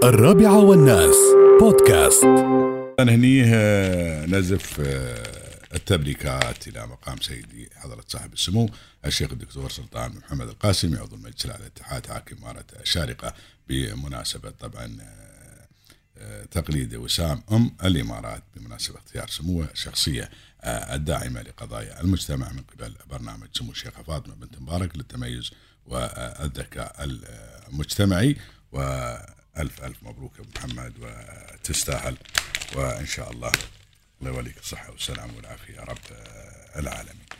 الرابعة بودكاست. نهنيه نزف التبريكات إلى مقام سيدي حضرة صاحب السمو الشيخ الدكتور سلطان محمد القاسمي عضو المجلس الأعلى للاتحاد حاكم إمارة الشارقة بمناسبة طبعا تقليد وسام الإمارات بمناسبة اختيار سموه الشخصية الداعمة لقضايا المجتمع من قبل برنامج سمو الشيخة فاطمة بنت مبارك للتميز والذكاء المجتمعي. وألف ألف مبروك يا أبو محمد وتستاهل، وإن شاء الله يوليك الصحة والسلام والعافية يا رب العالمين.